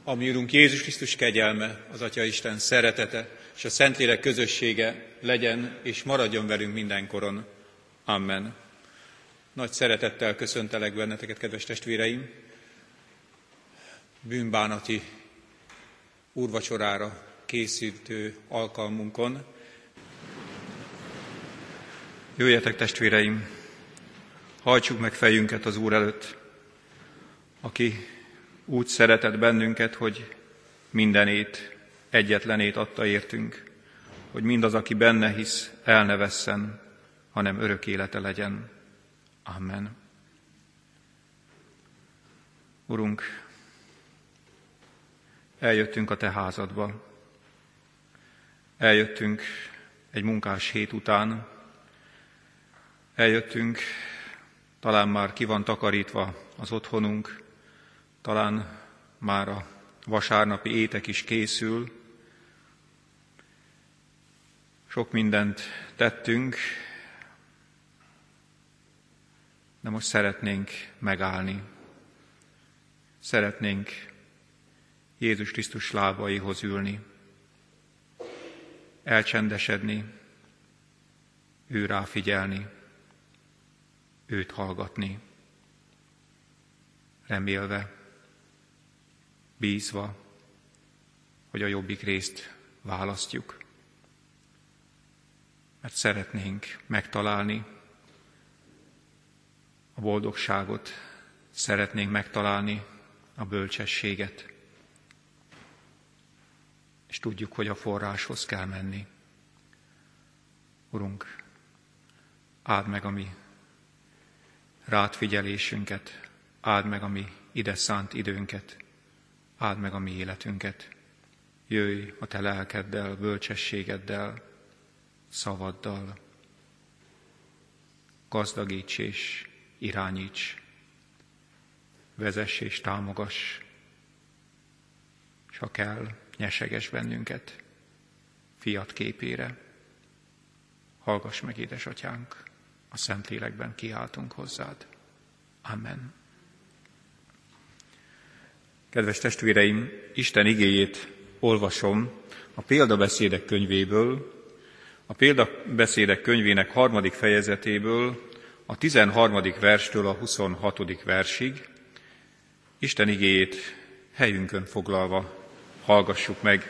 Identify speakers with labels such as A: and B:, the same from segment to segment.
A: A mi Urunk Jézus Krisztus kegyelme, az Atya Isten szeretete és a Szentlélek közössége legyen és maradjon velünk mindenkoron. Amen. Nagy szeretettel köszöntelek benneteket, kedves testvéreim, bűnbánati úrvacsorára készítő alkalmunkon. Jöjjetek, testvéreim, hajtsuk meg fejünket az Úr előtt, aki úgy szeretett bennünket, hogy mindenét, egyetlenét adta értünk, hogy mindaz, aki benne hisz, el ne vesszen, hanem örök élete legyen. Amen. Urunk, eljöttünk a Te házadba. Eljöttünk egy munkás hét után. Eljöttünk, talán már ki van takarítva az otthonunk, talán már a vasárnapi étek is készül. Sok mindent tettünk, de most szeretnénk megállni. Szeretnénk Jézus Krisztus lábaihoz ülni, elcsendesedni, ő rá figyelni, őt hallgatni, remélve, bízva, hogy a jobbik részt választjuk. Mert szeretnénk megtalálni a boldogságot, szeretnénk megtalálni a bölcsességet, és tudjuk, hogy a forráshoz kell menni. Urunk, áld meg a mi rád figyelésünket, áld meg a mi ide szánt időnket, áld meg a mi életünket. Jöjj a Te lelkeddel, bölcsességeddel, szavaddal. Gazdagíts és irányíts, vezess és támogass, s ha kell, nyeseges bennünket fiat képére. Hallgass meg, édesatyánk, a Szentlélekben kiáltunk hozzád. Amen. Kedves testvéreim, Isten igéjét olvasom a Példabeszédek könyvéből, a Példabeszédek könyvének 3. fejezetéből, a 13. verstől a 26. versig. Isten igéjét helyünkön foglalva hallgassuk meg.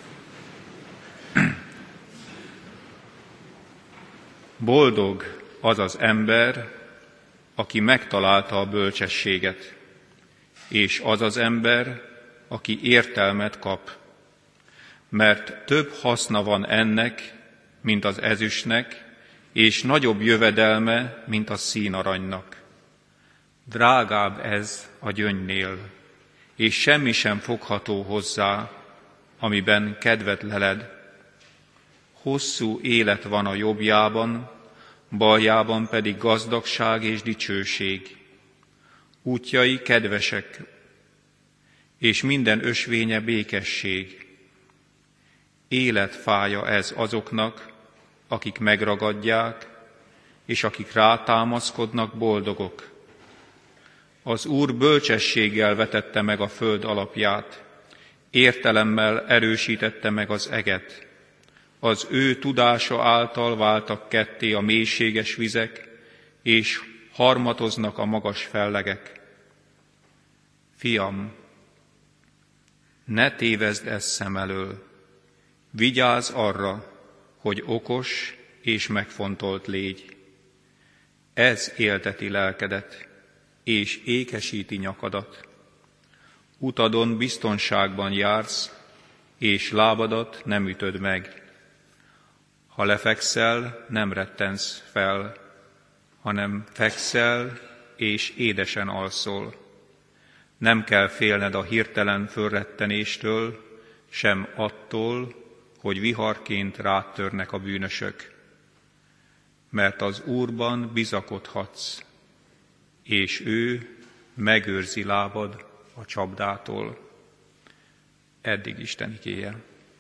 A: Boldog az az ember, aki megtalálta a bölcsességet, és az az ember, aki értelmet kap, mert több haszna van ennek, mint az ezüstnek, és nagyobb jövedelme, mint a színaranynak. Drágább ez a gyöngynél, és semmi sem fogható hozzá, amiben kedvet leled. Hosszú élet van a jobbjában, baljában pedig gazdagság és dicsőség. Útjai kedvesek, és minden ösvénye békesség. Életfája ez azoknak, akik megragadják, és akik rátámaszkodnak, boldogok. Az Úr bölcsességgel vetette meg a föld alapját, értelemmel erősítette meg az eget. Az ő tudása által váltak ketté a mélységes vizek, és harmatoznak a magas fellegek. Fiam, ne tévezd ezt szem elől, vigyázz arra, hogy okos és megfontolt légy. Ez élteti lelkedet, és ékesíti nyakadat. Utadon biztonságban jársz, és lábadat nem ütöd meg. Ha lefekszel, nem rettensz fel, hanem fekszel, és édesen alszol. Nem kell félned a hirtelen fölrettenéstől, sem attól, hogy viharként rád törnek a bűnösök. Mert az Úrban bizakodhatsz, és ő megőrzi lábad a csapdától. Eddig Isten igéje.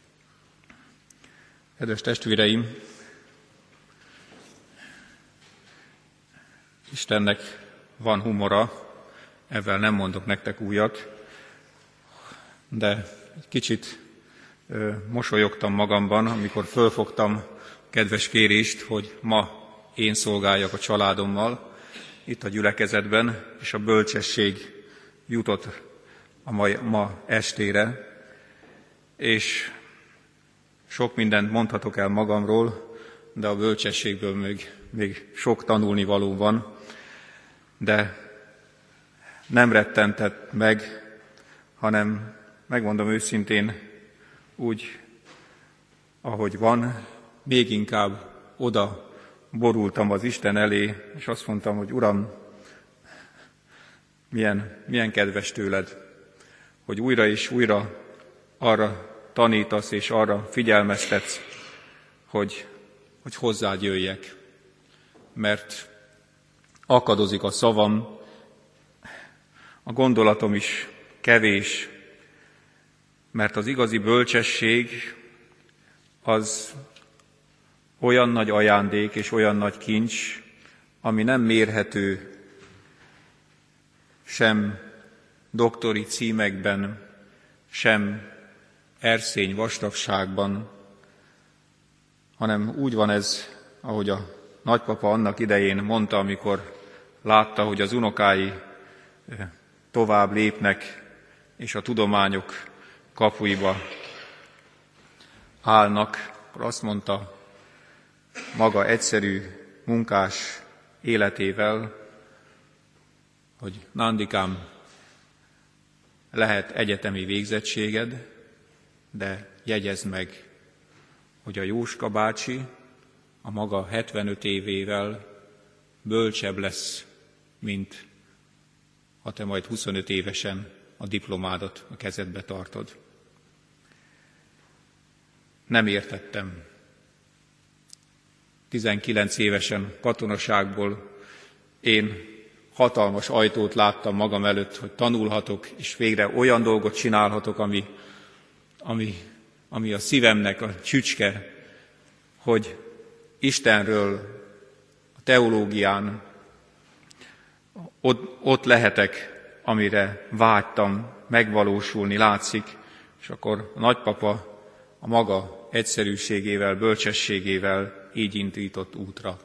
A: Kedves testvéreim, Istennek van humora, ezzel nem mondok nektek újat. de egy kicsit mosolyogtam magamban, amikor fölfogtam kedves kérést, hogy ma én szolgáljak a családommal itt a gyülekezetben, és a bölcsesség jutott a ma estére, és sok mindent mondhatok el magamról, de a bölcsességből még sok tanulnivaló van, de nem rettentett meg, hanem megmondom őszintén, úgy, ahogy van, még inkább oda borultam az Isten elé, és azt mondtam, hogy Uram, milyen kedves tőled, hogy újra és újra arra tanítasz és arra figyelmeztetsz, hogy hozzád jöjjek. Mert akadozik a szavam, a gondolatom is kevés, mert az igazi bölcsesség az olyan nagy ajándék és olyan nagy kincs, ami nem mérhető sem doktori címekben, sem erszény vastagságban, hanem úgy van ez, ahogy a nagypapa annak idején mondta, amikor látta, hogy az unokái tovább lépnek, és a tudományok kapuiba állnak, akkor azt mondta maga egyszerű munkás életével, hogy Nándikám, lehet egyetemi végzettséged, de jegyezd meg, hogy a Jóska bácsi a maga 75 évével bölcsebb lesz, mint ha te majd 25 évesen a diplomádat a kezedbe tartod. Nem értettem. 19 évesen katonaságból én hatalmas ajtót láttam magam előtt, hogy tanulhatok, és végre olyan dolgot csinálhatok, ami a szívemnek a csücske, hogy Istenről, a teológián ott lehetek, amire vágytam, megvalósulni látszik, és akkor a nagypapa a maga egyszerűségével, bölcsességével így indított útra.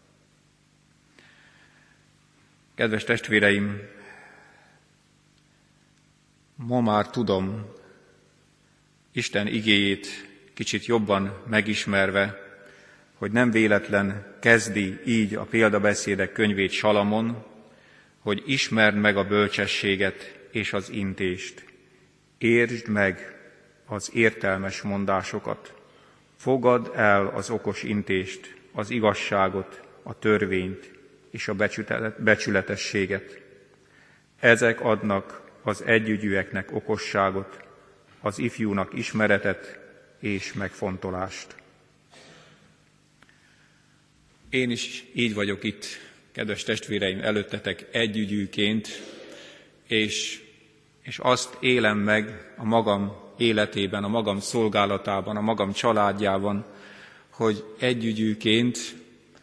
A: Kedves testvéreim, ma már tudom, Isten igéjét kicsit jobban megismerve, hogy nem véletlen kezdi így a példabeszédek könyvét Salamon, hogy ismerd meg a bölcsességet és az intést. Értsd meg az értelmes mondásokat. Fogadd el az okos intést, az igazságot, a törvényt és a becsületességet. Ezek adnak az együgyűeknek okosságot, az ifjúnak ismeretet és megfontolást. Én is így vagyok itt, kedves testvéreim, előttetek együgyűként, és azt élem meg a magam életében, a magam szolgálatában, a magam családjában, hogy együgyűként,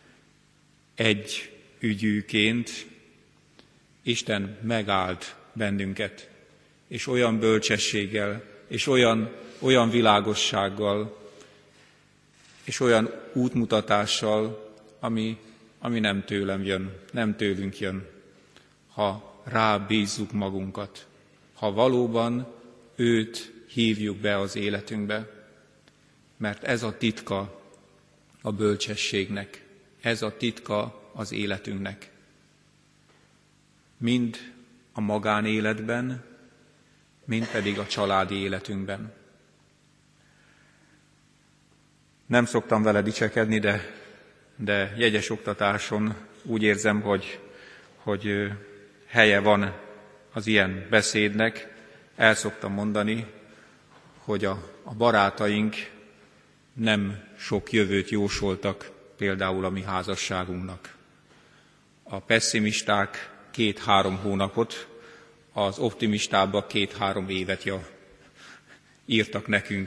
A: együgyűként Isten megáld bennünket, és olyan bölcsességgel, és olyan világossággal, és olyan útmutatással, ami nem tőlem jön, nem tőlünk jön, ha rábízzuk magunkat, ha valóban őt hívjuk be az életünkbe, mert ez a titka a bölcsességnek, ez a titka az életünknek. Mind a magánéletben, mind pedig a családi életünkben. Nem szoktam vele dicsekedni, de jegyes oktatáson úgy érzem, hogy helye van az ilyen beszédnek. El szoktam mondani, hogy a barátaink nem sok jövőt jósoltak például a mi házasságunknak. A pessimisták 2-3 hónapot, az optimistábbak 2-3 évet írtak nekünk.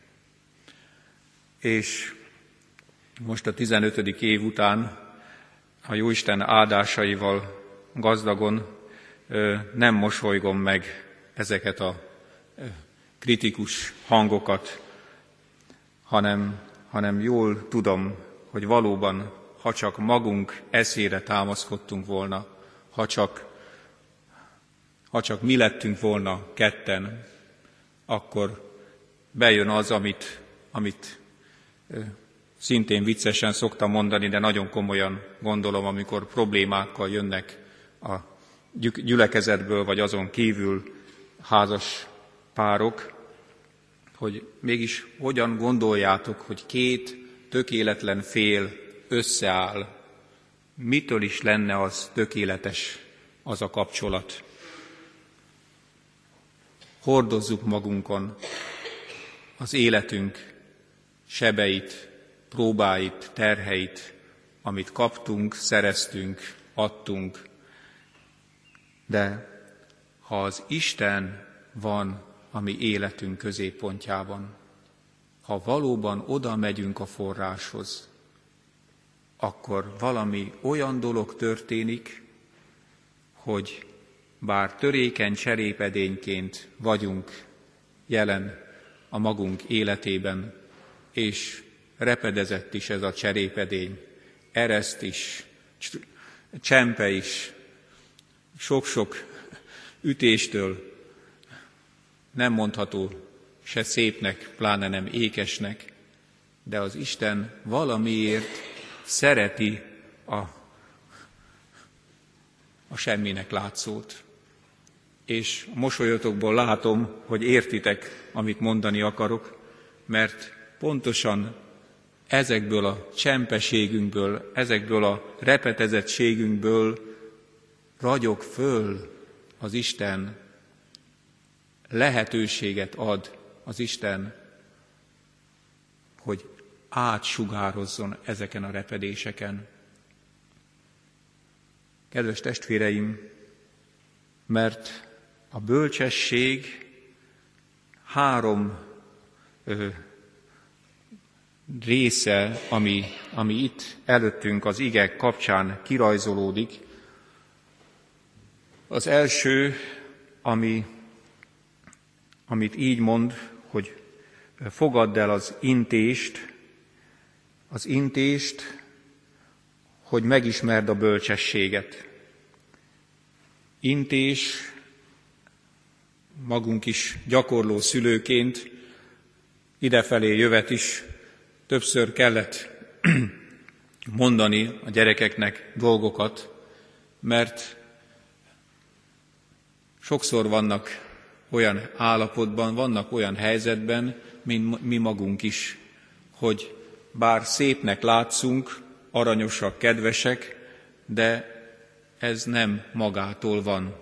A: És most a 15. év után a Jóisten áldásaival gazdagon nem mosolygom meg ezeket a kritikus hangokat, hanem jól tudom, hogy valóban, ha csak magunk eszére támaszkodtunk volna, ha csak mi lettünk volna ketten, akkor bejön az, amit szintén viccesen szoktam mondani, de nagyon komolyan gondolom, amikor problémákkal jönnek a gyülekezetből, vagy azon kívül házas párok, hogy mégis hogyan gondoljátok, hogy két tökéletlen fél összeáll. Mitől is lenne az tökéletes az a kapcsolat? Hordozzuk magunkon az életünk sebeit, próbáit, terheit, amit kaptunk, szereztünk, adtunk. De ha az Isten van a mi életünk középpontjában, ha valóban oda megyünk a forráshoz, akkor valami olyan dolog történik, hogy bár törékeny cserépedényként vagyunk jelen a magunk életében, és repedezett is ez a cserépedény, ereszt is, csempe is, sok-sok ütéstől nem mondható se szépnek, pláne nem ékesnek, de az Isten valamiért szereti a semminek látszót. És a mosolyotokból látom, hogy értitek, amit mondani akarok, mert pontosan ezekből a csempeségünkből, ezekből a repetezettségünkből ragyog föl az Isten, lehetőséget ad az Isten, hogy átsugározzon ezeken a repedéseken. Kedves testvéreim, mert a bölcsesség három része, ami itt előttünk az ige kapcsán kirajzolódik. Az első, amit így mond, hogy fogadd el az intést, hogy megismerd a bölcsességet. Intés, magunk is gyakorló szülőként, idefelé jövet is többször kellett mondani a gyerekeknek dolgokat, mert sokszor vannak olyan állapotban, vannak olyan helyzetben, mint mi magunk is, hogy bár szépnek látszunk, aranyosak, kedvesek, de ez nem magától van.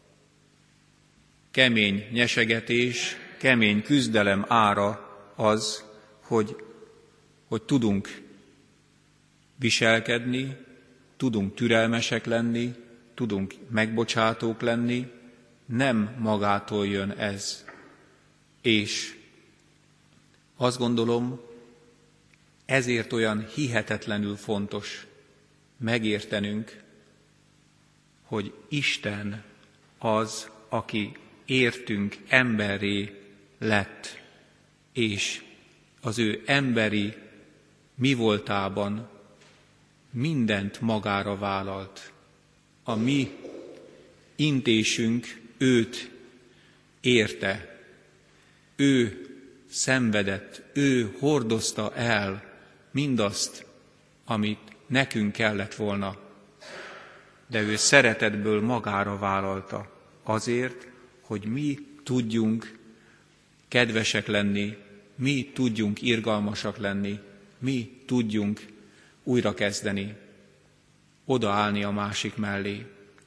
A: Kemény nyesegetés, kemény küzdelem ára az, hogy tudunk viselkedni, tudunk türelmesek lenni, tudunk megbocsátók lenni, nem magától jön ez. És azt gondolom, ezért olyan hihetetlenül fontos megértenünk, hogy Isten az, aki értünk emberré lett, és az ő emberi mi voltában mindent magára vállalt. A mi intésünk őt érte, ő szenvedett, ő hordozta el mindazt, amit nekünk kellett volna, de ő szeretetből magára vállalta azért, hogy mi tudjunk kedvesek lenni, mi tudjunk irgalmasak lenni, mi tudjunk újrakezdeni, odaállni a másik mellé.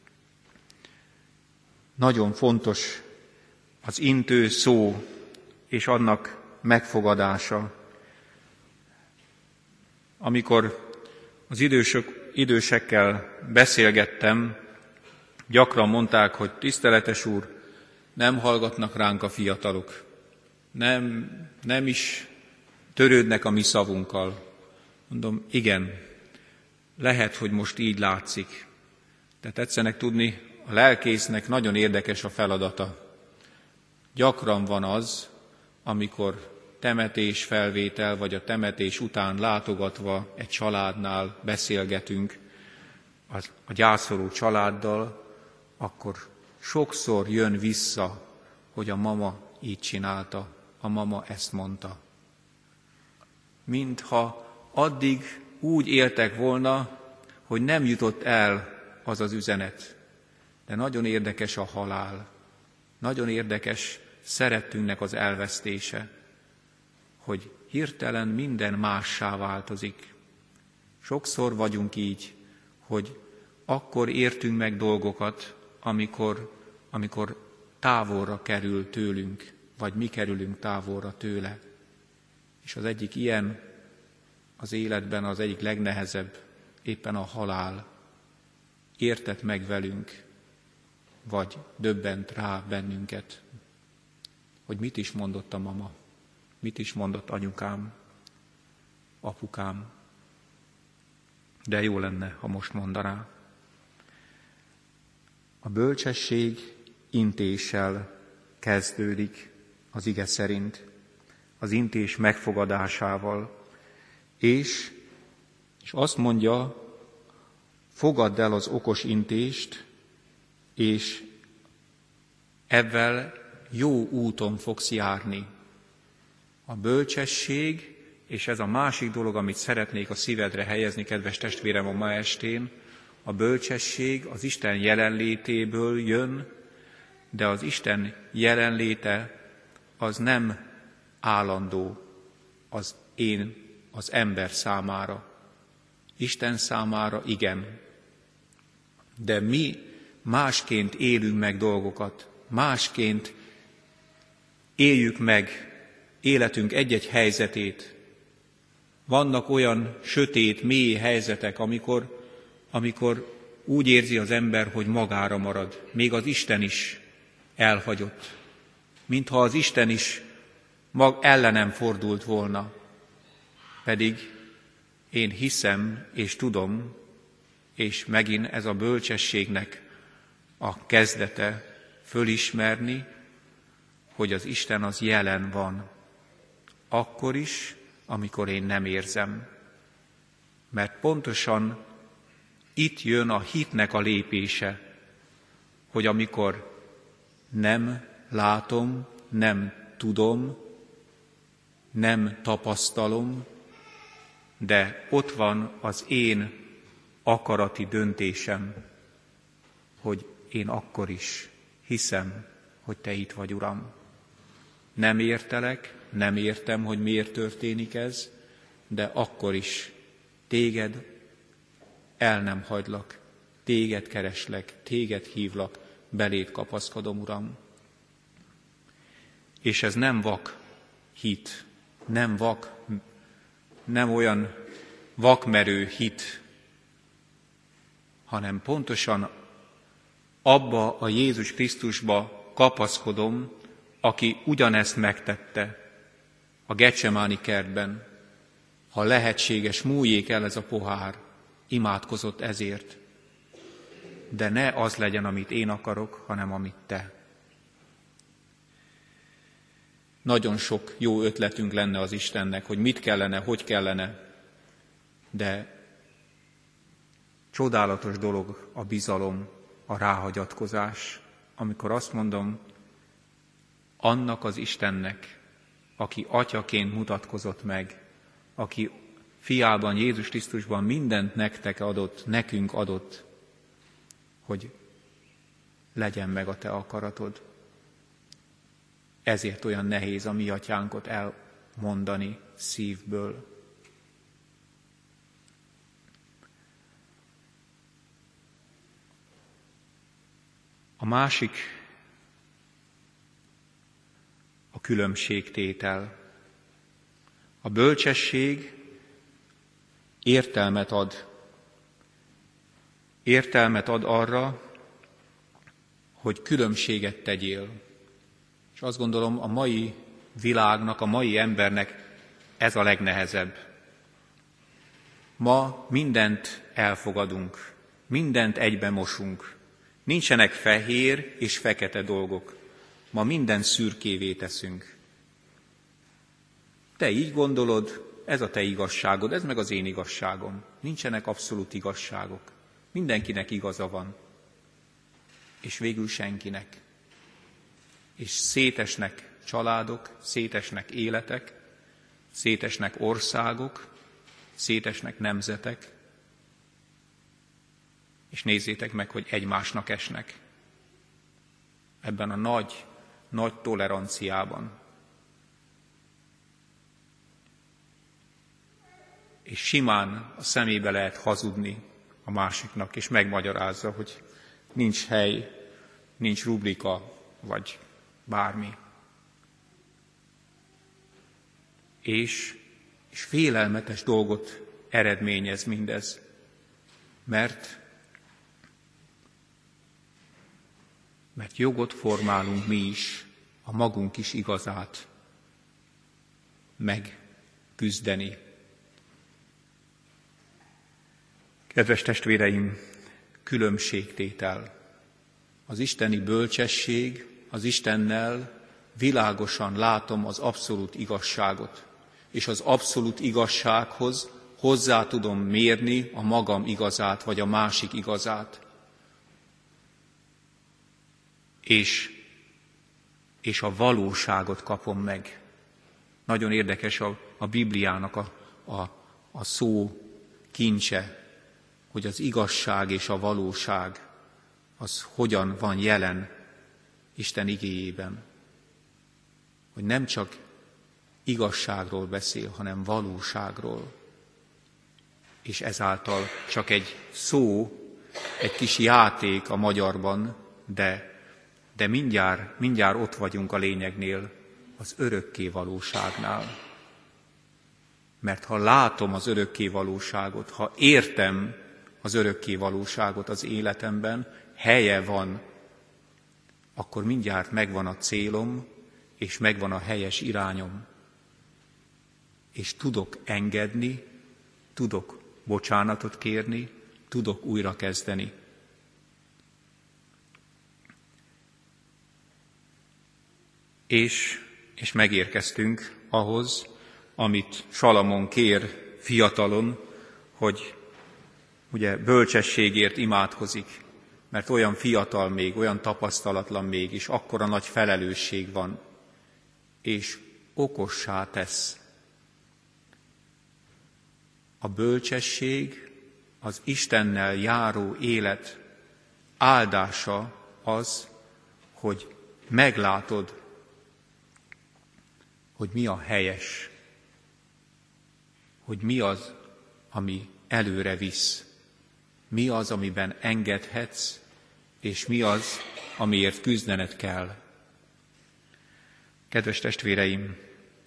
A: Nagyon fontos az intő szó és annak megfogadása. Amikor az idősekkel beszélgettem, gyakran mondták, hogy tiszteletes úr, nem hallgatnak ránk a fiatalok, nem is törődnek a mi szavunkkal. Mondom, igen, lehet, hogy most így látszik. De tetszenek tudni, a lelkésznek nagyon érdekes a feladata. Gyakran van az, amikor temetésfelvétel vagy a temetés után látogatva egy családnál beszélgetünk a gyászoló családdal, akkor sokszor jön vissza, hogy a mama így csinálta, a mama ezt mondta. Mintha addig úgy éltek volna, hogy nem jutott el az az üzenet. De nagyon érdekes a halál, nagyon érdekes szerettünknek az elvesztése, hogy hirtelen minden mássá változik. Sokszor vagyunk így, hogy akkor értünk meg dolgokat, amikor távolra kerül tőlünk, vagy mi kerülünk távolra tőle. És az egyik ilyen az életben az egyik legnehezebb, éppen a halál. Értett meg velünk, vagy döbbent rá bennünket, hogy mit is mondott a mama, mit is mondott anyukám, apukám. De jó lenne, ha most mondaná. A bölcsesség intéssel kezdődik az ige szerint, az intés megfogadásával, és azt mondja, fogadd el az okos intést, és ezzel jó úton fogsz járni. A bölcsesség, és ez a másik dolog, amit szeretnék a szívedre helyezni, kedves testvérem, a ma estén, a bölcsesség az Isten jelenlétéből jön, de az Isten jelenléte az nem állandó az ember számára. Isten számára igen, de mi másként élünk meg dolgokat, másként éljük meg életünk egy-egy helyzetét. Vannak olyan sötét, mély helyzetek, amikor úgy érzi az ember, hogy magára marad. Még az Isten is elhagyott. Mintha az Isten is ellenem fordult volna. Pedig én hiszem és tudom, és megint ez a bölcsességnek a kezdete, fölismerni, hogy az Isten az jelen van. Akkor is, amikor én nem érzem. Mert pontosan itt jön a hitnek a lépése, hogy amikor nem látom, nem tudom, nem tapasztalom, de ott van az én akarati döntésem, hogy én akkor is hiszem, hogy Te itt vagy, Uram. Nem értelek, nem értem, hogy miért történik ez, de akkor is Téged el nem hagylak, Téged kereslek, Téged hívlak, beléd kapaszkodom, Uram. És ez nem vak hit, nem olyan vakmerő hit, hanem pontosan abba a Jézus Krisztusba kapaszkodom, aki ugyanezt megtette a Getsemáni kertben. Ha lehetséges, múljék el ez a pohár, imádkozott ezért. De ne az legyen, amit én akarok, hanem amit Te. Nagyon sok jó ötletünk lenne az Istennek, hogy mit kellene, hogy kellene, de csodálatos dolog a bizalom, a ráhagyatkozás, amikor azt mondom, annak az Istennek, aki atyaként mutatkozott meg, aki fiában, Jézus Krisztusban mindent nektek adott, nekünk adott, hogy legyen meg a Te akaratod. Ezért olyan nehéz a mi atyánkot elmondani szívből. A másik a különbségtétel. A bölcsesség értelmet ad. Értelmet ad arra, hogy különbséget tegyél. És azt gondolom, a mai világnak, a mai embernek ez a legnehezebb. Ma mindent elfogadunk, mindent egybe mosunk. Nincsenek fehér és fekete dolgok. Ma mindent szürkévé teszünk. te így gondolod, ez a te igazságod, ez meg az én igazságom. Nincsenek abszolút igazságok. Mindenkinek igaza van. És végül senkinek. És szétesnek családok, szétesnek életek, szétesnek országok, szétesnek nemzetek, és nézzétek meg, hogy egymásnak esnek. Ebben a nagy toleranciában. És simán a szemébe lehet hazudni a másiknak, és megmagyarázza, hogy nincs hely, nincs rubrika, vagy bármi. És félelmetes dolgot eredményez mindez, mert jogot formálunk mi is, a magunk is igazát megküzdeni. Kedves testvéreim, különbségtétel. Az isteni bölcsesség, az Istennel világosan látom az abszolút igazságot, és az abszolút igazsághoz hozzá tudom mérni a magam igazát, vagy a másik igazát. És a valóságot kapom meg. Nagyon érdekes a Bibliának a szó kincse, hogy az igazság és a valóság az hogyan van jelen Isten igéjében. Hogy nem csak igazságról beszél, hanem valóságról. És ezáltal csak egy szó, egy kis játék a magyarban, de mindjárt ott vagyunk a lényegnél, az örökké valóságnál. Mert ha látom az örökké valóságot, ha értem az örökké valóságot az életemben, helye van, akkor mindjárt megvan a célom, és megvan a helyes irányom. És tudok engedni, tudok bocsánatot kérni, tudok újra kezdeni. És megérkeztünk ahhoz, amit Salamon kér fiatalon, hogy ugye bölcsességért imádkozik, mert olyan fiatal még, olyan tapasztalatlan még, és akkora nagy felelősség van, és okossá tesz. A bölcsesség, az Istennel járó élet áldása az, hogy meglátod, hogy mi a helyes, hogy mi az, ami előre visz, mi az, amiben engedhetsz, és mi az, amiért küzdened kell. Kedves testvéreim,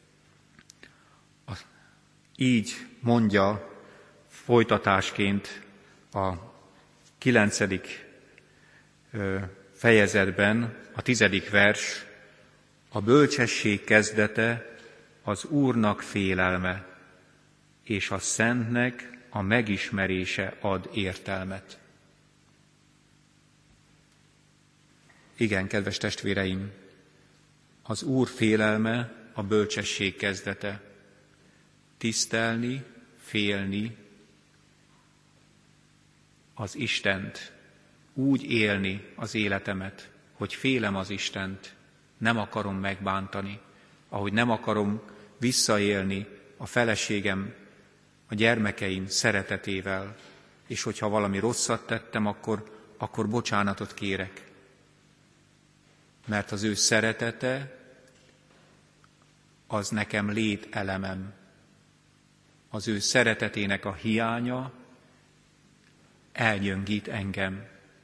A: így mondja folytatásként a 9. fejezetben a 10. vers, a bölcsesség kezdete az Úrnak félelme, és a Szentnek a megismerése ad értelmet. Igen, kedves testvéreim, az Úr félelme a bölcsesség kezdete. Tisztelni, félni az Istent, úgy élni az életemet, hogy félem az Istent, nem akarom megbántani, ahogy nem akarom visszaélni a feleségem, a gyermekeim szeretetével, és hogyha valami rosszat tettem, akkor bocsánatot kérek. Mert az ő szeretete, az nekem lételemem. Az ő szeretetének a hiánya elgyöngít engem.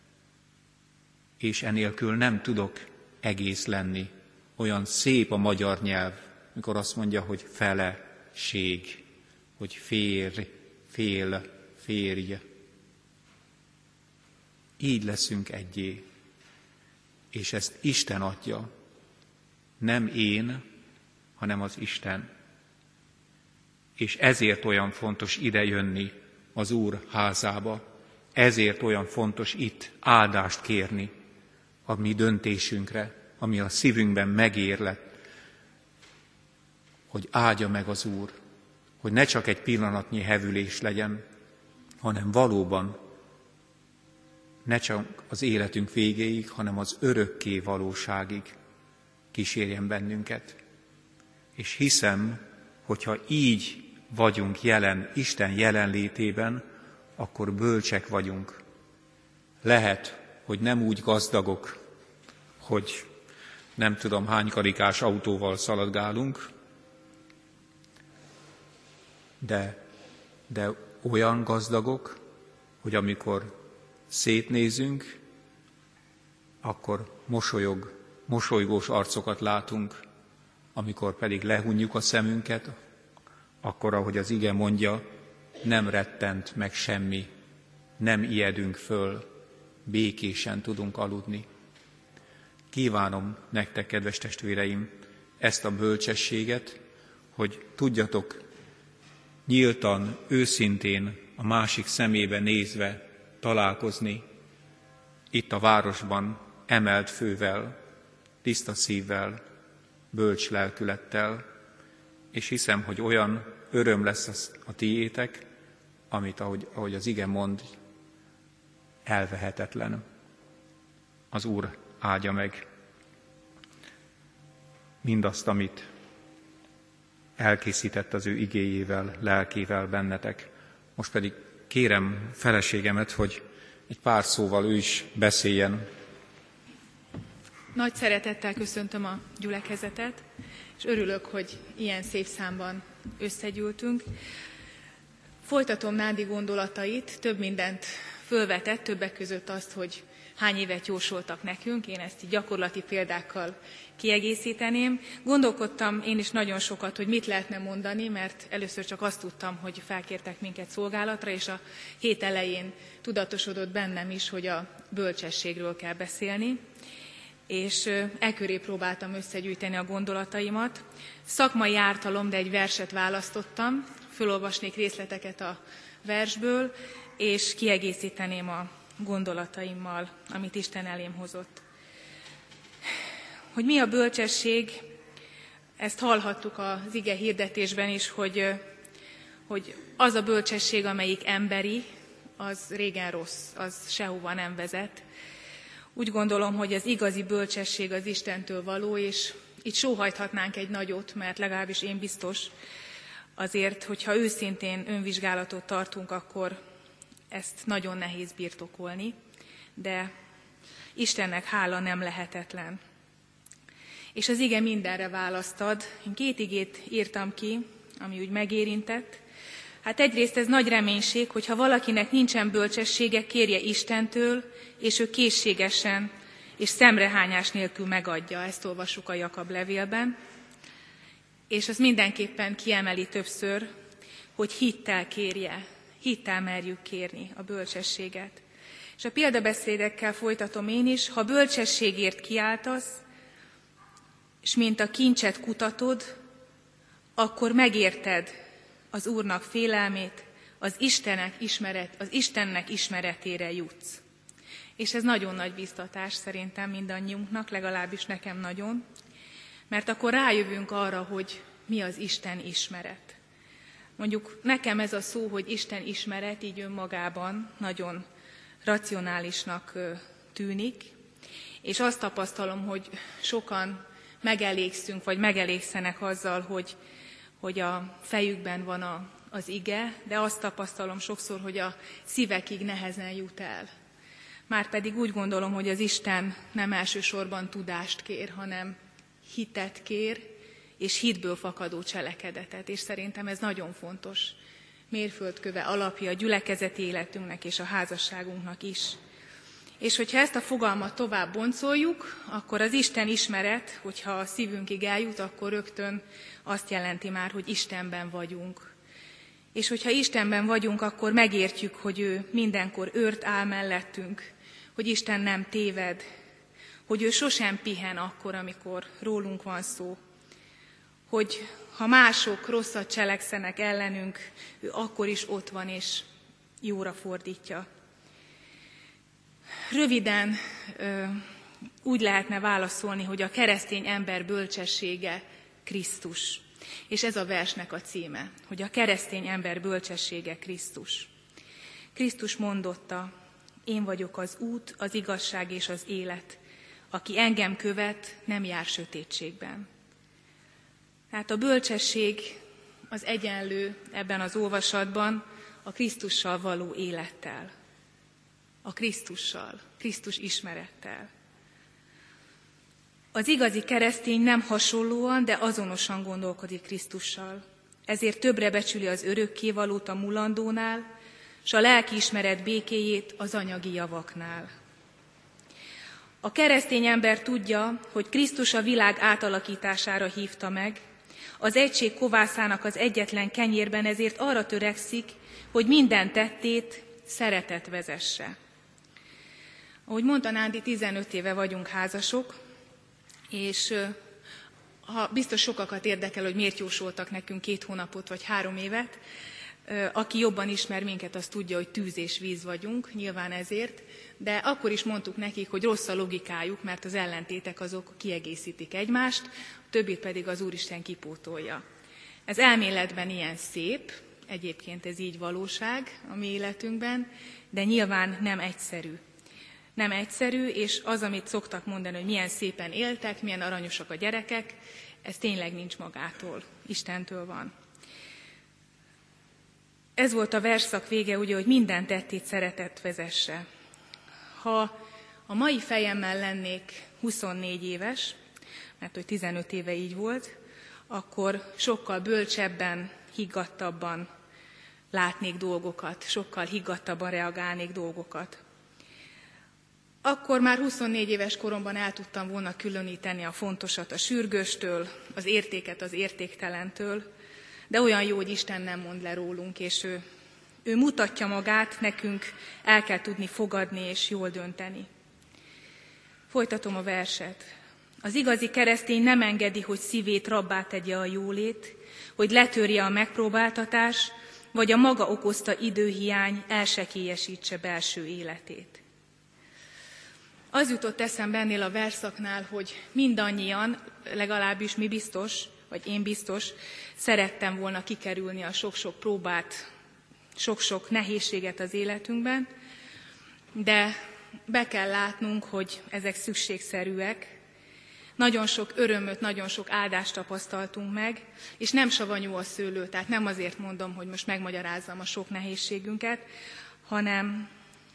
A: És enélkül nem tudok egész lenni. Olyan szép a magyar nyelv, mikor azt mondja, hogy feleség, hogy férj, fél, férj. Így leszünk egyé. És ezt Isten adja. Nem én, hanem az Isten. És ezért olyan fontos ide jönni az Úr házába. Ezért olyan fontos itt áldást kérni a mi döntésünkre, ami a szívünkben megérlett, hogy áldja meg az Úr, hogy ne csak egy pillanatnyi hevülés legyen, hanem valóban ne csak az életünk végéig, hanem az örökké valóságig kísérjen bennünket. És hiszem, hogyha így vagyunk jelen Isten jelenlétében, akkor bölcsek vagyunk. Lehet, hogy nem úgy gazdagok, hogy nem tudom hány karikás autóval szaladgálunk, de olyan gazdagok, hogy amikor szétnézünk, akkor mosolygós arcokat látunk, amikor pedig lehunjuk a szemünket, akkor, ahogy az ige mondja, nem rettent meg semmi, nem ijedünk föl, békésen tudunk aludni. Kívánom nektek, kedves testvéreim, ezt a bölcsességet, hogy tudjatok nyíltan, őszintén a másik szemébe nézve találkozni itt a városban emelt fővel, tiszta szívvel, bölcs lelkülettel, és hiszem, hogy olyan öröm lesz a tiétek, amit, ahogy az ige mond, elvehetetlen. Az Úr áldja meg mindazt, amit elkészített az ő igéjével, lelkével bennetek. Most pedig kérem feleségemet, hogy egy pár szóval ő is beszéljen.
B: Nagy szeretettel köszöntöm a gyülekezetet, és örülök, hogy ilyen szép számban összegyűltünk. Folytatom Nádi gondolatait, több mindent fölvetett, többek között azt, hogy hány évet jósoltak nekünk, én ezt így gyakorlati példákkal kiegészíteném. Gondolkodtam én is nagyon sokat, hogy mit lehetne mondani, mert először csak azt tudtam, hogy felkértek minket szolgálatra, és a hét elején tudatosodott bennem is, hogy a bölcsességről kell beszélni, és eköré próbáltam összegyűjteni a gondolataimat. Szakmai ártalom, de egy verset választottam, fölolvasnék részleteket a versből, és kiegészíteném a gondolataimmal, amit Isten elém hozott. Hogy mi a bölcsesség, ezt hallhattuk az ige hirdetésben is, hogy az a bölcsesség, amelyik emberi, az régen rossz, az sehova nem vezet. Úgy gondolom, hogy az igazi bölcsesség az Istentől való, és itt sóhajthatnánk egy nagyot, mert legalábbis én biztos, azért, hogyha őszintén önvizsgálatot tartunk, akkor ezt nagyon nehéz birtokolni, de Istennek hála nem lehetetlen. És az ige mindenre választ ad. Én 2 igét írtam ki, ami úgy megérintett. Hát egyrészt ez nagy reménység, hogyha valakinek nincsen bölcsessége, kérje Istentől, és ő készségesen és szemrehányás nélkül megadja. Ezt olvassuk a Jakab levélben. És az mindenképpen kiemeli többször, hogy hittel kérje, hittel merjük kérni a bölcsességet. És a példabeszédekkel folytatom én is, ha bölcsességért kiáltasz, és mint a kincset kutatod, akkor megérted az Úrnak félelmét, az Istennek ismeretére jutsz. És ez nagyon nagy biztatás szerintem mindannyiunknak, legalábbis nekem nagyon, mert akkor rájövünk arra, hogy mi az Isten ismeret. Mondjuk nekem ez a szó, hogy Isten ismeret így önmagában nagyon racionálisnak tűnik, és azt tapasztalom, hogy sokan megelégszünk, vagy megelégszenek azzal, hogy a fejükben van az ige, de azt tapasztalom sokszor, hogy a szívekig nehezen jut el. Márpedig úgy gondolom, hogy az Isten nem elsősorban tudást kér, hanem hitet kér, és hitből fakadó cselekedetet, és szerintem ez nagyon fontos mérföldköve, alapja a gyülekezeti életünknek és a házasságunknak is. És hogyha ezt a fogalmat tovább boncoljuk, akkor az Isten ismeret, hogyha a szívünkig eljut, akkor rögtön azt jelenti már, hogy Istenben vagyunk. És hogyha Istenben vagyunk, akkor megértjük, hogy ő mindenkor őrt áll mellettünk, hogy Isten nem téved, hogy ő sosem pihen akkor, amikor rólunk van szó, hogy ha mások rosszat cselekszenek ellenünk, ő akkor is ott van és jóra fordítja. Röviden úgy lehetne válaszolni, hogy a keresztény ember bölcsessége Krisztus. És ez a versnek a címe, hogy a keresztény ember bölcsessége Krisztus. Krisztus mondotta, én vagyok az út, az igazság és az élet. Aki engem követ, nem jár sötétségben. Tehát a bölcsesség az egyenlő ebben az olvasatban a Krisztussal való élettel. A Krisztussal, Krisztus ismerettel. Az igazi keresztény nem hasonlóan, de azonosan gondolkodik Krisztussal. Ezért többre becsüli az örökkévalót a mulandónál, s a lelkiismeret békéjét az anyagi javaknál. A keresztény ember tudja, hogy Krisztus a világ átalakítására hívta meg, az egység kovászának az egyetlen kenyérben, ezért arra törekszik, hogy minden tettét szeretet vezesse. Ahogy mondta Nándi, 15 éve vagyunk házasok, és ha biztos sokakat érdekel, hogy miért jósoltak nekünk 2 hónapot vagy 3 évet, aki jobban ismer minket, az tudja, hogy tűz és víz vagyunk, nyilván ezért, de akkor is mondtuk nekik, hogy rossz a logikájuk, mert az ellentétek azok kiegészítik egymást, a többit pedig az Úristen kipótolja. Ez elméletben ilyen szép, egyébként ez így valóság a mi életünkben, de nyilván nem egyszerű. Nem egyszerű, és az, amit szoktak mondani, hogy milyen szépen éltek, milyen aranyosak a gyerekek, ez tényleg nincs magától, Istentől van. Ez volt a versszak vége, ugye, hogy minden tettét szeretet vezesse. Ha a mai fejemmel lennék 24 éves, mert hogy 15 éve így volt, akkor sokkal bölcsebben, higgadtabban látnék dolgokat, sokkal higgadtabban reagálnék dolgokat. Akkor már 24 éves koromban el tudtam volna különíteni a fontosat a sürgőstől, az értéket az értéktelentől, de olyan jó, hogy Isten nem mond le rólunk, és ő mutatja magát, nekünk el kell tudni fogadni és jól dönteni. Folytatom a verset. Az igazi keresztény nem engedi, hogy szívét rabbá tegye a jólét, hogy letörje a megpróbáltatás, vagy a maga okozta időhiány elsekélyesítse belső életét. Az jutott eszembe ennél a versszaknál, hogy mindannyian, legalábbis mi biztos, vagy én biztos, szerettem volna kikerülni a sok-sok próbát, sok-sok nehézséget az életünkben, de be kell látnunk, hogy ezek szükségszerűek. Nagyon sok örömöt, nagyon sok áldást tapasztaltunk meg, és nem savanyú a szőlő, tehát nem azért mondom, hogy most megmagyarázzam a sok nehézségünket, hanem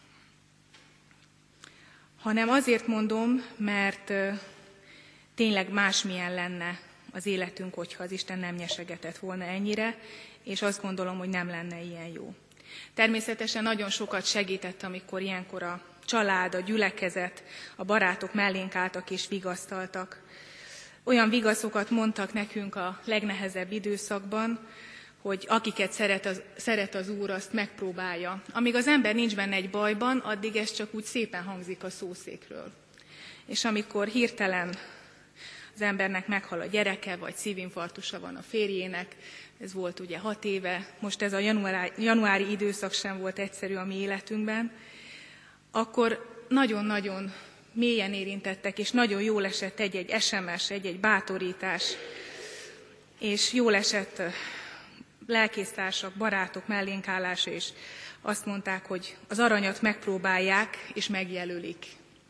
B: azért mondom, mert tényleg másmilyen lenne az életünk, hogyha az Isten nem nyesegetett volna ennyire, és azt gondolom, hogy nem lenne ilyen jó. Természetesen nagyon sokat segített, amikor ilyenkor a család, a gyülekezet, a barátok mellénk álltak és vigasztaltak. Olyan vigaszokat mondtak nekünk a legnehezebb időszakban, hogy akiket szeret az Úr, azt megpróbálja. Amíg az ember nincs benne egy bajban, addig ez csak úgy szépen hangzik a szószékről. És amikor hirtelen az embernek meghal a gyereke, vagy szívinfarktusa van a férjének, ez volt ugye 6 éve, most ez a januári időszak sem volt egyszerű a mi életünkben, akkor nagyon-nagyon mélyen érintettek, és nagyon jól esett egy-egy SMS, egy-egy bátorítás, és jól esett lelkésztársak, barátok mellénkállása, és azt mondták, hogy az aranyat megpróbálják, és megjelölik.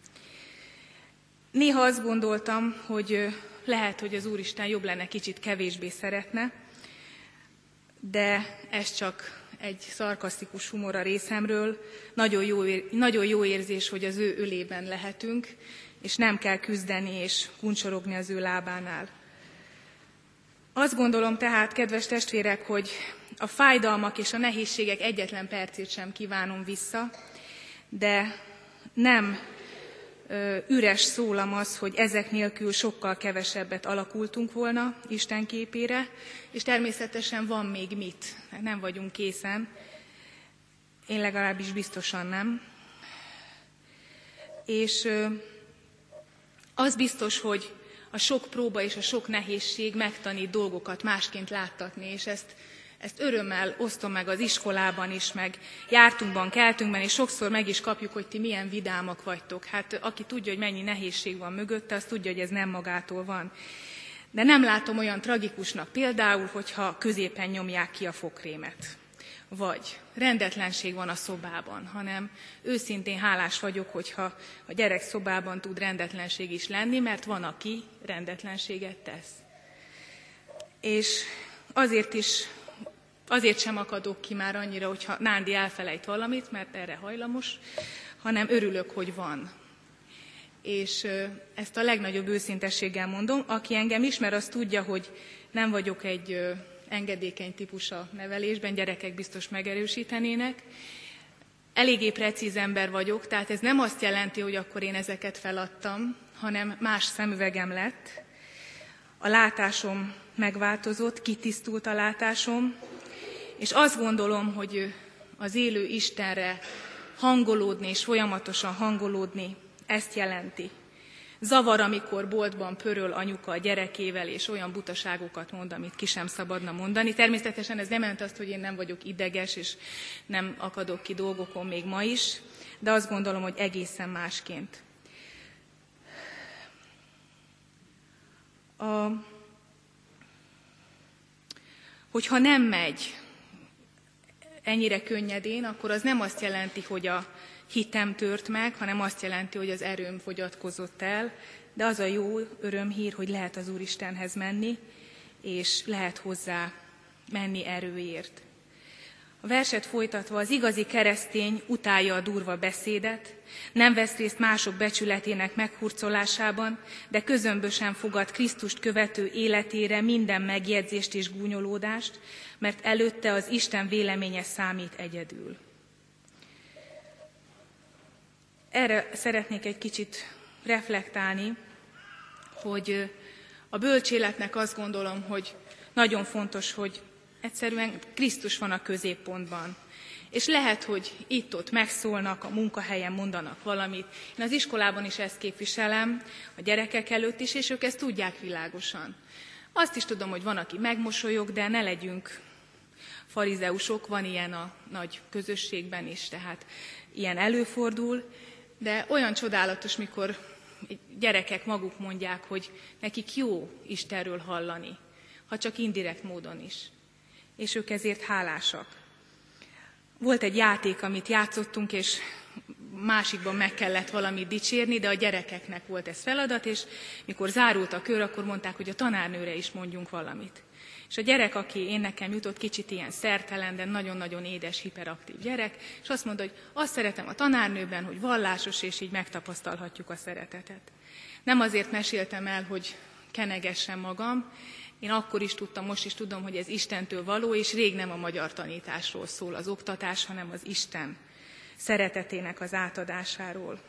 B: Néha azt gondoltam, hogy lehet, hogy az Úristen jobb lenne, kicsit kevésbé szeretne, de ez csak egy szarkasztikus humor a részemről. Nagyon jó érzés, hogy az ő ölében lehetünk, és nem kell küzdeni és kuncsorogni az ő lábánál. Azt gondolom tehát, kedves testvérek, hogy a fájdalmak és a nehézségek egyetlen percét sem kívánom vissza, de nem üres szólam az, hogy ezek nélkül sokkal kevesebbet alakultunk volna Isten képére, és természetesen van még mit. Nem vagyunk készen. Én legalábbis biztosan nem. És az biztos, hogy a sok próba és a sok nehézség megtanít dolgokat másként láttatni, és ezt örömmel osztom meg az iskolában is, meg jártunkban, keltünkben, és sokszor meg is kapjuk, hogy ti milyen vidámak vagytok. Hát aki tudja, hogy mennyi nehézség van mögötte, az tudja, hogy ez nem magától van. De nem látom olyan tragikusnak például, hogyha középen nyomják ki a fogkrémet, vagy rendetlenség van a szobában, hanem őszintén hálás vagyok, hogyha a gyerek szobában tud rendetlenség is lenni, mert van, aki rendetlenséget tesz. És azért sem akadok ki már annyira, hogyha Nándi elfelejt valamit, mert erre hajlamos, hanem örülök, hogy van. És ezt a legnagyobb őszintességgel mondom. Aki engem ismer, az tudja, hogy nem vagyok egy engedékeny típus a nevelésben, gyerekek biztos megerősítenének. Eléggé precíz ember vagyok, tehát ez nem azt jelenti, hogy akkor én ezeket feladtam, hanem más szemüvegem lett. A látásom megváltozott, kitisztult a látásom, és azt gondolom, hogy az élő Istenre hangolódni és folyamatosan hangolódni ezt jelenti. Zavar, amikor boltban pöröl anyuka a gyerekével, és olyan butaságokat mond, amit ki sem szabadna mondani. Természetesen ez nem jelent azt, hogy én nem vagyok ideges, és nem akadok ki dolgokon még ma is, de azt gondolom, hogy egészen másként. Hogyha nem megy ennyire könnyedén, akkor az nem azt jelenti, hogy a hitem tört meg, hanem azt jelenti, hogy az erőm fogyatkozott el, de az a jó örömhír, hogy lehet az Úristenhez menni, és lehet hozzá menni erőért. A verset folytatva: az igazi keresztény utálja a durva beszédet, nem vesz részt mások becsületének meghurcolásában, de közömbösen fogad Krisztust követő életére minden megjegyzést és gúnyolódást, mert előtte az Isten véleménye számít egyedül. Erre szeretnék egy kicsit reflektálni, hogy a bölcs életnek azt gondolom, hogy nagyon fontos, hogy egyszerűen Krisztus van a középpontban. És lehet, hogy itt-ott megszólnak, a munkahelyen mondanak valamit. Én az iskolában is ezt képviselem, a gyerekek előtt is, és ők ezt tudják világosan. Azt is tudom, hogy van, aki megmosolyog, de ne legyünk farizeusok, van ilyen a nagy közösségben is, tehát ilyen előfordul, de olyan csodálatos, mikor gyerekek maguk mondják, hogy nekik jó Istenről hallani, ha csak indirekt módon is. És ők ezért hálásak. Volt egy játék, amit játszottunk, és másikban meg kellett valamit dicsérni, de a gyerekeknek volt ez feladat, és mikor zárult a kör, akkor mondták, hogy a tanárnőre is mondjunk valamit. És a gyerek, aki nekem jutott, kicsit ilyen szertelen, de nagyon-nagyon édes, hiperaktív gyerek, és azt mondta, hogy azt szeretem a tanárnőben, hogy vallásos, és így megtapasztalhatjuk a szeretetet. Nem azért meséltem el, hogy kenegessem magam, én akkor is tudtam, most is tudom, hogy ez Istentől való, és rég nem a magyar tanításról szól az oktatás, hanem az Isten szeretetének az átadásáról.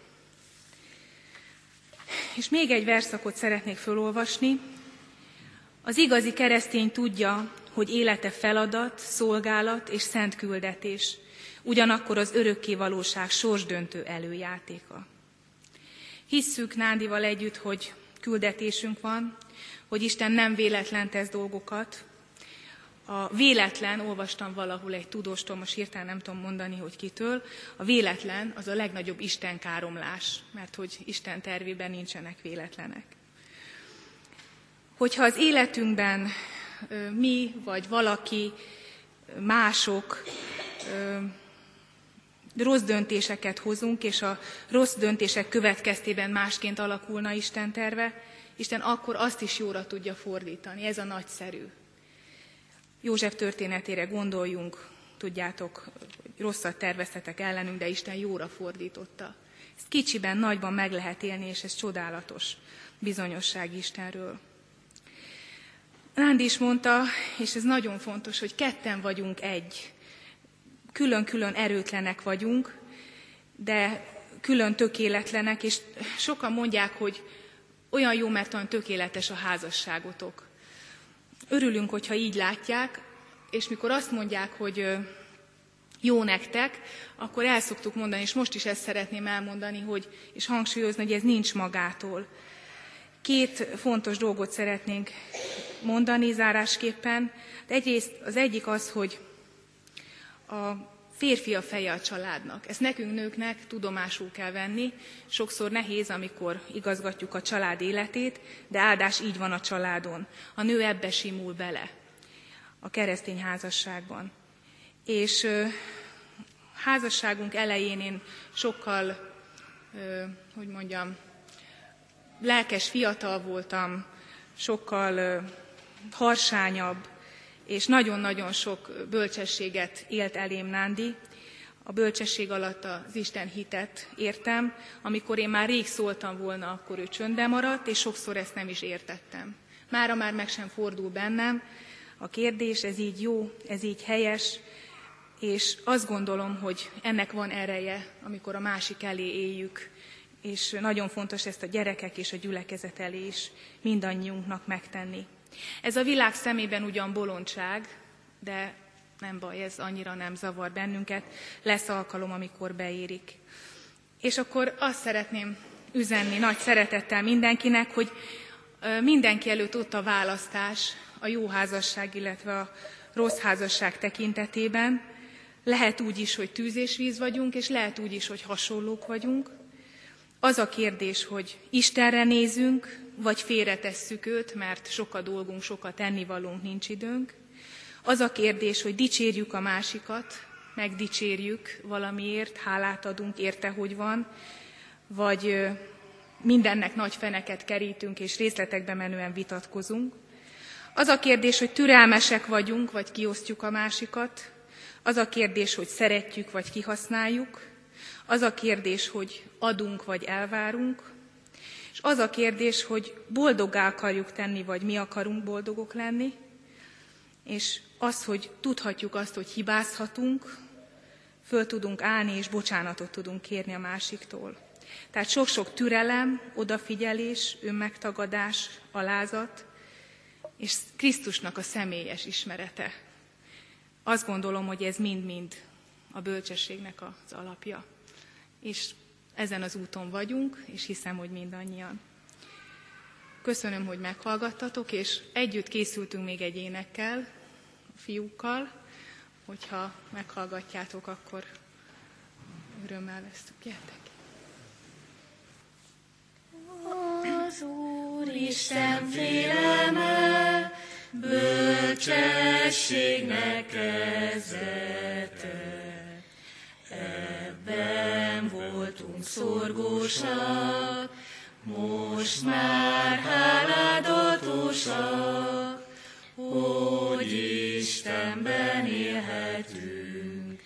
B: És még egy versszakot szeretnék felolvasni. Az igazi keresztény tudja, hogy élete feladat, szolgálat és szent küldetés, ugyanakkor az örökké valóság sorsdöntő előjátéka. Hisszük Nándival együtt, hogy küldetésünk van, hogy Isten nem véletlen tesz dolgokat. A véletlen, olvastam valahol egy tudóstól, most hirtelen nem tudom mondani, hogy kitől, a véletlen az a legnagyobb istenkáromlás, mert hogy Isten tervében nincsenek véletlenek. Hogyha az életünkben mi vagy valaki, mások rossz döntéseket hozunk, és a rossz döntések következtében másként alakulna Isten terve, Isten akkor azt is jóra tudja fordítani. Ez a nagyszerű. József történetére gondoljunk, tudjátok, hogy rosszat terveztetek ellenünk, de Isten jóra fordította. Ezt kicsiben, nagyban meg lehet élni, és ez csodálatos bizonyosság Istenről. Nándi is mondta, és ez nagyon fontos, hogy ketten vagyunk egy. Külön-külön erőtlenek vagyunk, de külön tökéletlenek, és sokan mondják, hogy olyan jó, mert olyan tökéletes a házasságotok. Örülünk, hogyha így látják, és mikor azt mondják, hogy jó nektek, akkor el szoktuk mondani, és most is ezt szeretném elmondani, és hangsúlyozni, hogy ez nincs magától. Két fontos dolgot szeretnénk mondani zárásképpen. Egyrészt az egyik az, hogy a férfi a feje a családnak. Ezt nekünk nőknek tudomásul kell venni. Sokszor nehéz, amikor igazgatjuk a család életét, de áldás így van a családon. A nő ebbe simul bele a keresztény házasságban. És házasságunk elején én sokkal, lelkes fiatal voltam, sokkal harsányabb, és nagyon-nagyon sok bölcsességet élt elém Nándi. A bölcsesség alatt az Isten hitet értem. Amikor én már rég szóltam volna, akkor ő csöndben maradt, és sokszor ezt nem is értettem. Mára már meg sem fordul bennem a kérdés, ez így jó, ez így helyes, és azt gondolom, hogy ennek van ereje, amikor a másik elé éljük, és nagyon fontos ezt a gyerekek és a gyülekezet elé is mindannyiunknak megtenni. Ez a világ szemében ugyan bolondság, de nem baj, ez annyira nem zavar bennünket, lesz alkalom, amikor beérik. És akkor azt szeretném üzenni nagy szeretettel mindenkinek, hogy mindenki előtt ott a választás a jó házasság, illetve a rossz házasság tekintetében. Lehet úgy is, hogy tűz és víz vagyunk, és lehet úgy is, hogy hasonlók vagyunk. Az a kérdés, hogy Istenre nézünk, vagy félretesszük őt, mert sok a dolgunk, sokat ennivalónk, nincs időnk. Az a kérdés, hogy dicsérjük a másikat, megdicsérjük valamiért, hálát adunk érte, hogy van, vagy mindennek nagy feneket kerítünk, és részletekbe menően vitatkozunk. Az a kérdés, hogy türelmesek vagyunk, vagy kiosztjuk a másikat. Az a kérdés, hogy szeretjük, vagy kihasználjuk. Az a kérdés, hogy adunk, vagy elvárunk. És az a kérdés, hogy boldoggá akarjuk tenni, vagy mi akarunk boldogok lenni. És az, hogy tudhatjuk azt, hogy hibázhatunk, föl tudunk állni, és bocsánatot tudunk kérni a másiktól. Tehát sok-sok türelem, odafigyelés, önmegtagadás, alázat, és Krisztusnak a személyes ismerete. Azt gondolom, hogy ez mind-mind a bölcsességnek az alapja. És ezen az úton vagyunk, és hiszem, hogy mindannyian. Köszönöm, hogy meghallgattatok, és együtt készültünk még egy énekkel, a fiúkkal. Hogyha meghallgatjátok, akkor örömmel vesztük. Gyertek!
C: Az Úristen félelme, bölcsességnek kezdete. Ebben voltunk szorgósak, most már háládatosak, hogy Istenben élhetünk,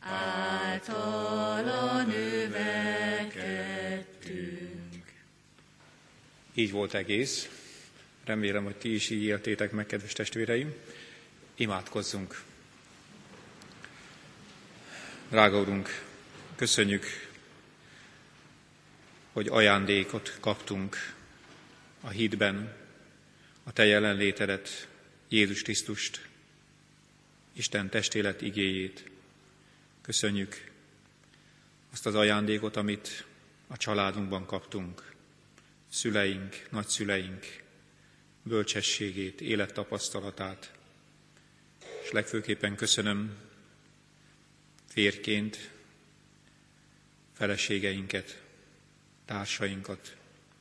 C: általa növekedtünk.
A: Így volt egész. Remélem, hogy ti is így éltétek meg, kedves testvéreim. Imádkozzunk. Drága Urunk, köszönjük, hogy ajándékot kaptunk a hitben, a Te jelenlétedet, Jézus Krisztust, Isten testélet igéjét. Köszönjük azt az ajándékot, amit a családunkban kaptunk, szüleink, nagyszüleink bölcsességét, élettapasztalatát, és legfőképpen köszönöm férjként feleségeinket, társainkat.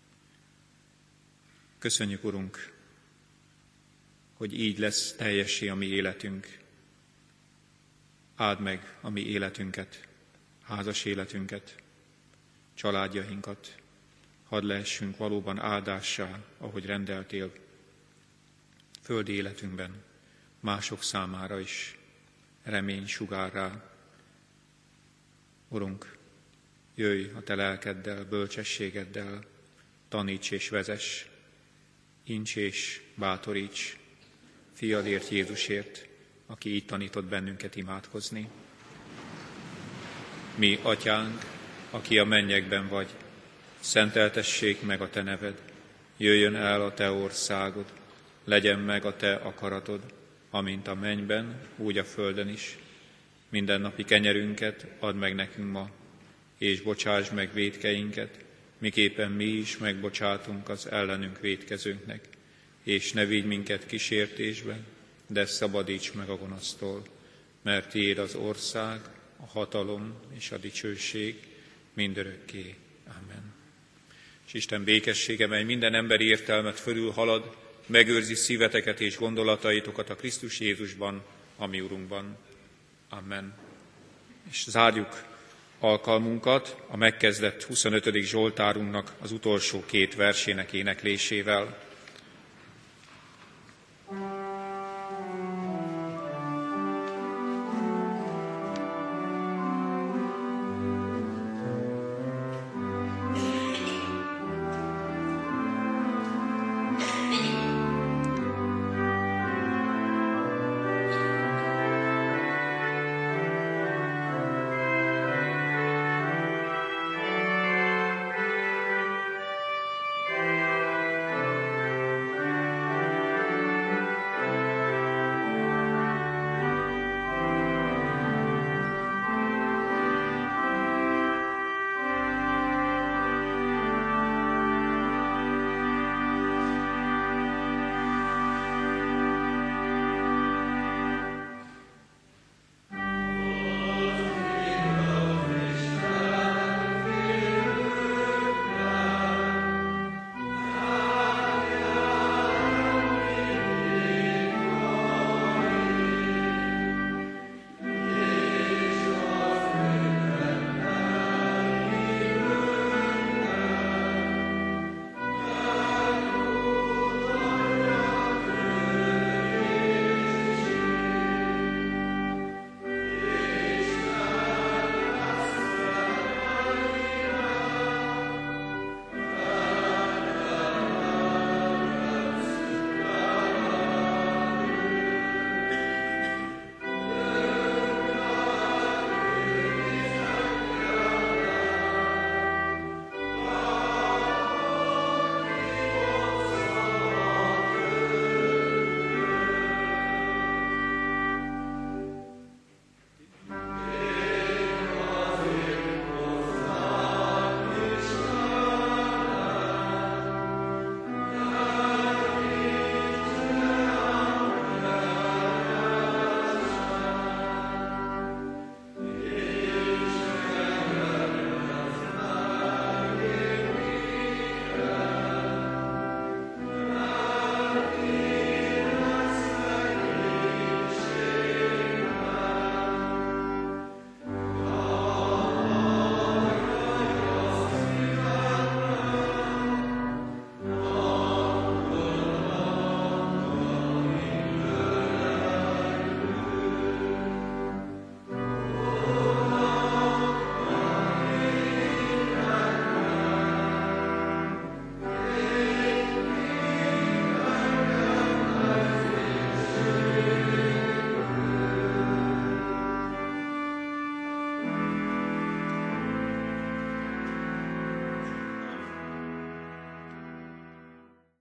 A: Köszönjük, Urunk, hogy így lesz teljessé a mi életünk. Áld meg a mi életünket, házas életünket, családjainkat. Hadd lehessünk valóban áldássá, ahogy rendeltél, földi életünkben, mások számára is remény sugárrá. Urunk, jöjj a Te lelkeddel, bölcsességeddel, taníts és vezess, ints és bátoríts, fiadért, Jézusért, aki így tanított bennünket imádkozni. Mi, Atyánk, aki a mennyekben vagy, szenteltessék meg a Te neved, jöjjön el a Te országod, legyen meg a Te akaratod, amint a mennyben, úgy a földön is. Mindennapi kenyerünket add meg nekünk ma, és bocsásd meg vétkeinket, miképpen mi is megbocsátunk az ellenünk vétkezőnknek, és ne vigy minket kísértésbe, de szabadíts meg a gonosztól, mert Tiéd az ország, a hatalom és a dicsőség mindörökké. Amen. És Isten békessége, mely minden emberi értelmet fölülhalad, megőrzi szíveteket és gondolataitokat a Krisztus Jézusban, a mi Urunkban. Amen. És zárjuk alkalmunkat a megkezdett 25. Zsoltárunknak az utolsó 2 versének éneklésével.